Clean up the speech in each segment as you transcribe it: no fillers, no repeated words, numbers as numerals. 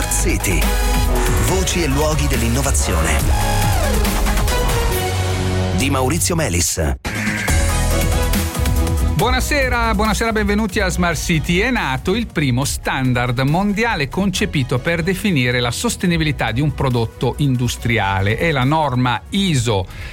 Smart City. Voci e luoghi dell'innovazione. Di Maurizio Melis. Buonasera, benvenuti a Smart City. È nato il primo standard mondiale concepito per definire la sostenibilità di un prodotto industriale. È la norma ISO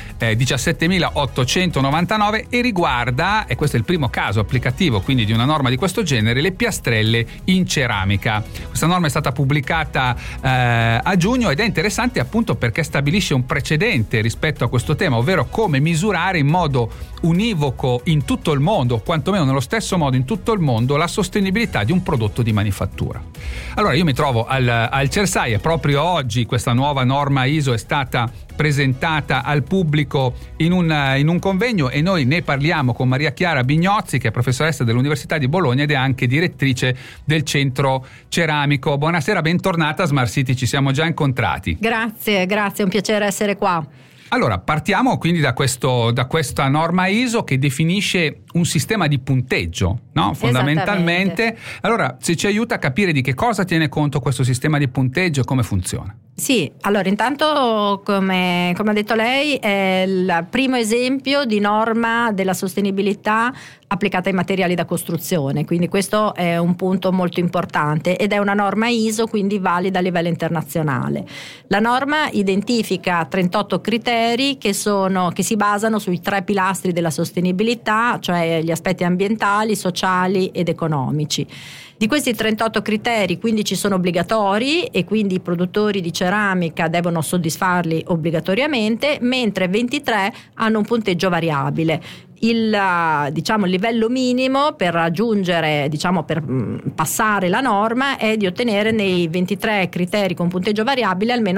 17899 e riguarda, e questo è il primo caso applicativo quindi di una norma di questo genere, le piastrelle in ceramica. Questa norma è stata pubblicata a giugno ed è interessante appunto perché stabilisce un precedente rispetto a questo tema, ovvero come misurare in modo univoco in tutto il mondo, quantomeno nello stesso modo in tutto il mondo, la sostenibilità di un prodotto di manifattura. Allora io mi trovo al CERSAI e proprio oggi questa nuova norma ISO è stata presentata al pubblico in un convegno e noi ne parliamo con Maria Chiara Bignozzi, che è professoressa dell'Università di Bologna ed è anche direttrice del centro ceramico. Buonasera, bentornata a Smart City, ci siamo già incontrati. Grazie, è un piacere essere qua. Allora, partiamo quindi da questa norma ISO che definisce un sistema di punteggio, no? Fondamentalmente. Allora, se ci aiuta a capire di che cosa tiene conto questo sistema di punteggio e come funziona. Sì, allora intanto come ha detto lei è il primo esempio di norma della sostenibilità applicata ai materiali da costruzione, quindi questo è un punto molto importante ed è una norma ISO, quindi valida a livello internazionale. La norma identifica 38 criteri che si basano sui 3 pilastri della sostenibilità, cioè gli aspetti ambientali, sociali ed economici. Di questi 38 criteri 15 sono obbligatori e quindi i produttori di ceramica devono soddisfarli obbligatoriamente, mentre 23 hanno un punteggio variabile. Il livello minimo per raggiungere, per passare la norma è di ottenere nei 23 criteri con punteggio variabile almeno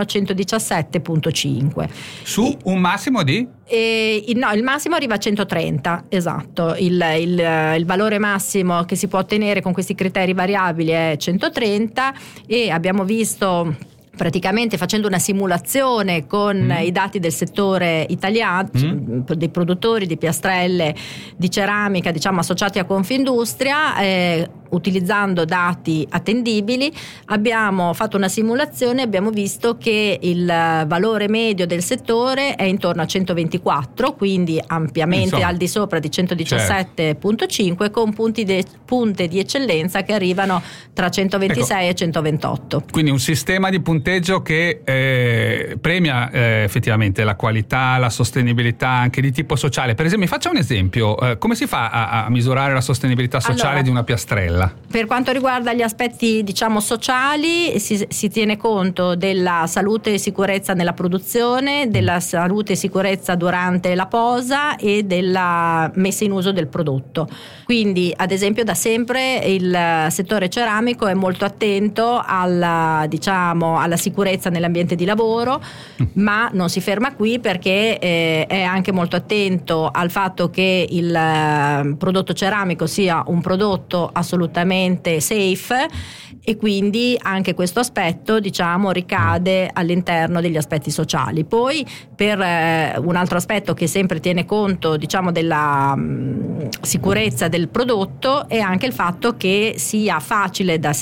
117.5. Su un massimo di? No, il massimo arriva a 130, esatto. Il valore massimo che si può ottenere con questi criteri variabili è 130 e abbiamo visto, praticamente facendo una simulazione con i dati del settore italiano, dei produttori di piastrelle di ceramica associati a Confindustria, utilizzando dati attendibili, abbiamo fatto una simulazione e abbiamo visto che il valore medio del settore è intorno a 124, quindi ampiamente al di sopra di 117.5, con punte di eccellenza che arrivano tra 126 e 128. Quindi un sistema di punteggio che premia effettivamente la qualità, la sostenibilità anche di tipo sociale. Per esempio, mi faccia un esempio, come si fa a misurare la sostenibilità sociale di una piastrella? Per quanto riguarda gli aspetti sociali, si tiene conto della salute e sicurezza nella produzione, della salute e sicurezza durante la posa e della messa in uso del prodotto. Quindi, ad esempio, da sempre il settore ceramico è molto attento alla sicurezza nell'ambiente di lavoro, ma non si ferma qui perché è anche molto attento al fatto che il prodotto ceramico sia un prodotto assolutamente safe e quindi anche questo aspetto ricade all'interno degli aspetti sociali. Poi per un altro aspetto che sempre tiene conto della sicurezza del prodotto è anche il fatto che sia facile da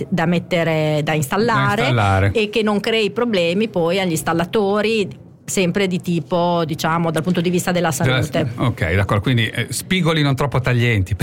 installare e che non crei problemi poi agli installatori, sempre di tipo dal punto di vista della salute. Ok, d'accordo, quindi spigoli non troppo taglienti.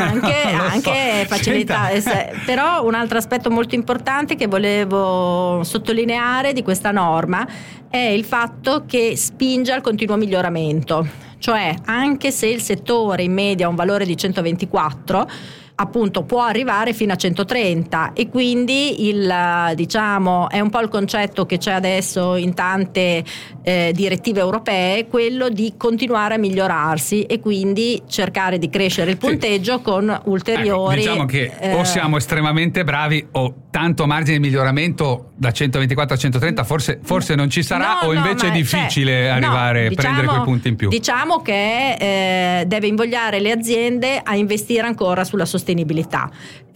Anche facilità. Però un altro aspetto molto importante che volevo sottolineare di questa norma è il fatto che spinge al continuo miglioramento, cioè anche se il settore in media ha un valore di 124, appunto può arrivare fino a 130 e quindi è un po' il concetto che c'è adesso in tante direttive europee, quello di continuare a migliorarsi e quindi cercare di crescere il punteggio con ulteriori. Diciamo che o siamo estremamente bravi o tanto margine di miglioramento da 124 a 130 forse non ci sarà, o invece è difficile arrivare a prendere quei punti in più. Diciamo che deve invogliare le aziende a investire ancora sulla sostenibilità sostenibilità.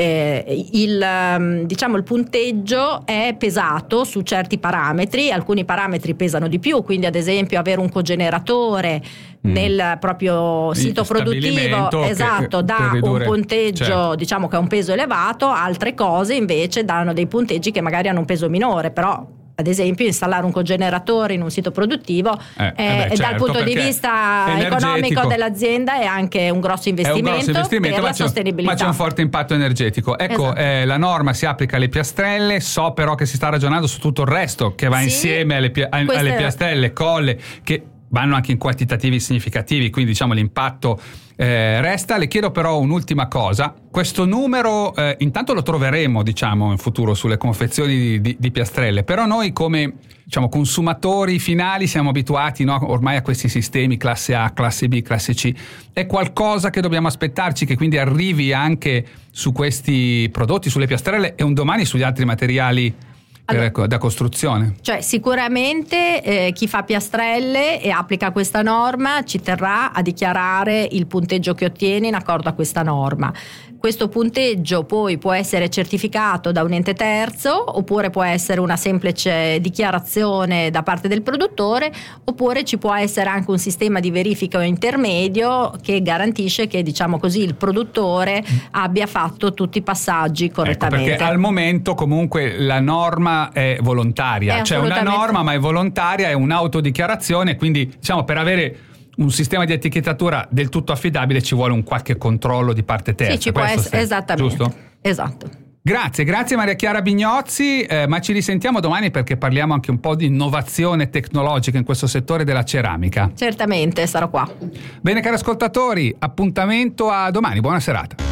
Il punteggio è pesato su certi parametri, alcuni parametri pesano di più, quindi ad esempio avere un cogeneratore nel proprio sito produttivo dà un punteggio, certo, diciamo che ha un peso elevato, altre cose invece danno dei punteggi che magari hanno un peso minore, però ad esempio installare un cogeneratore in un sito produttivo certo, dal punto di vista economico dell'azienda è anche un grosso investimento, per la sostenibilità. Ma c'è un forte impatto energetico. Ecco, esatto. La norma si applica alle piastrelle, so però che si sta ragionando su tutto il resto che va insieme alle piastrelle, colle, che vanno anche in quantitativi significativi, quindi diciamo l'impatto resta. Le chiedo però un'ultima cosa: questo numero intanto lo troveremo diciamo in futuro sulle confezioni di piastrelle, però noi come diciamo consumatori finali siamo abituati, no, ormai a questi sistemi classe A, classe B, classe C. È qualcosa che dobbiamo aspettarci che quindi arrivi anche su questi prodotti, sulle piastrelle e un domani sugli altri materiali da costruzione? Cioè sicuramente chi fa piastrelle e applica questa norma ci terrà a dichiarare il punteggio che ottiene in accordo a questa norma. Questo punteggio poi può essere certificato da un ente terzo, oppure può essere una semplice dichiarazione da parte del produttore, oppure ci può essere anche un sistema di verifica intermedio che garantisce che, diciamo così, il produttore abbia fatto tutti i passaggi correttamente. Ecco, perché al momento comunque la norma è volontaria, c'è una norma ma è volontaria, è un'autodichiarazione, quindi diciamo per avere un sistema di etichettatura del tutto affidabile ci vuole un qualche controllo di parte terza. Sì, ci può essere, esattamente. Giusto? Esatto. Grazie Maria Chiara Bignozzi, ma ci risentiamo domani perché parliamo anche un po' di innovazione tecnologica in questo settore della ceramica. Certamente, sarò qua. Bene cari ascoltatori, appuntamento a domani, buona serata.